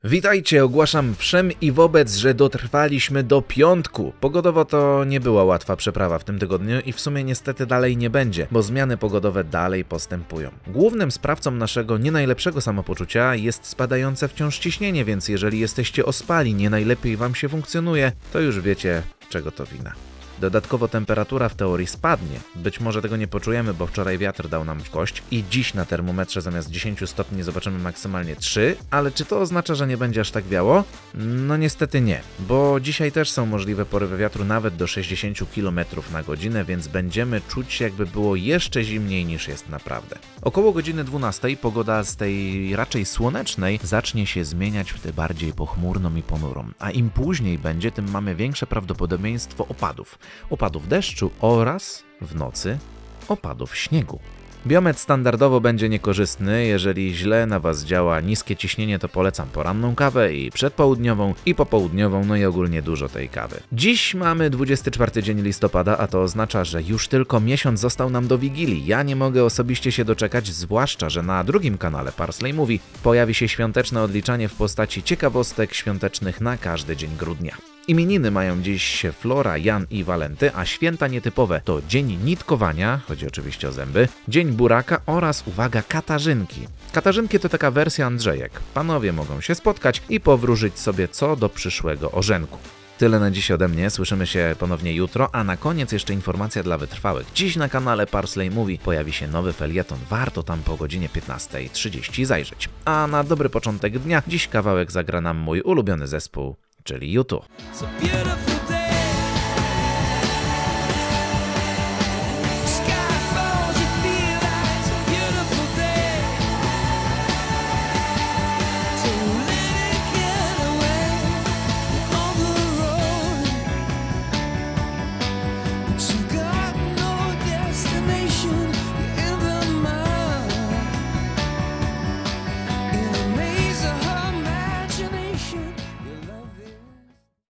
Witajcie, ogłaszam wszem i wobec, że dotrwaliśmy do piątku. Pogodowo to nie była łatwa przeprawa w tym tygodniu i w sumie niestety dalej nie będzie, bo zmiany pogodowe dalej postępują. Głównym sprawcą naszego nie najlepszego samopoczucia jest spadające wciąż ciśnienie, więc jeżeli jesteście ospali, nie najlepiej wam się funkcjonuje, to już wiecie, czego to wina. Dodatkowo temperatura w teorii spadnie. Być może tego nie poczujemy, bo wczoraj wiatr dał nam w kość i dziś na termometrze zamiast 10 stopni zobaczymy maksymalnie 3, ale czy to oznacza, że nie będzie aż tak wiało? No niestety nie, bo dzisiaj też są możliwe porywy wiatru nawet do 60 km na godzinę, więc będziemy czuć, jakby było jeszcze zimniej niż jest naprawdę. Około godziny 12 pogoda z tej raczej słonecznej zacznie się zmieniać w tę bardziej pochmurną i ponurą, a im później będzie, tym mamy większe prawdopodobieństwo opadów. Opadów deszczu oraz w nocy opadów śniegu. Biometr standardowo będzie niekorzystny, jeżeli źle na Was działa niskie ciśnienie, to polecam poranną kawę i przedpołudniową i popołudniową, no i ogólnie dużo tej kawy. Dziś mamy 24 dzień listopada, a to oznacza, że już tylko miesiąc został nam do Wigilii. Ja nie mogę osobiście się doczekać, zwłaszcza, że na drugim kanale Parsley Movie pojawi się świąteczne odliczanie w postaci ciekawostek świątecznych na każdy dzień grudnia. Imieniny mają dziś Flora, Jan i Walenty, a święta nietypowe to dzień nitkowania, chodzi oczywiście o zęby, dzień buraka oraz, uwaga, katarzynki. Katarzynki to taka wersja Andrzejek. Panowie mogą się spotkać i powróżyć sobie co do przyszłego ożenku. Tyle na dziś ode mnie, słyszymy się ponownie jutro, a na koniec jeszcze informacja dla wytrwałych. Dziś na kanale Parsley Movie pojawi się nowy felieton, warto tam po godzinie 15:30 zajrzeć. A na dobry początek dnia dziś kawałek zagra nam mój ulubiony zespół, czyli U2.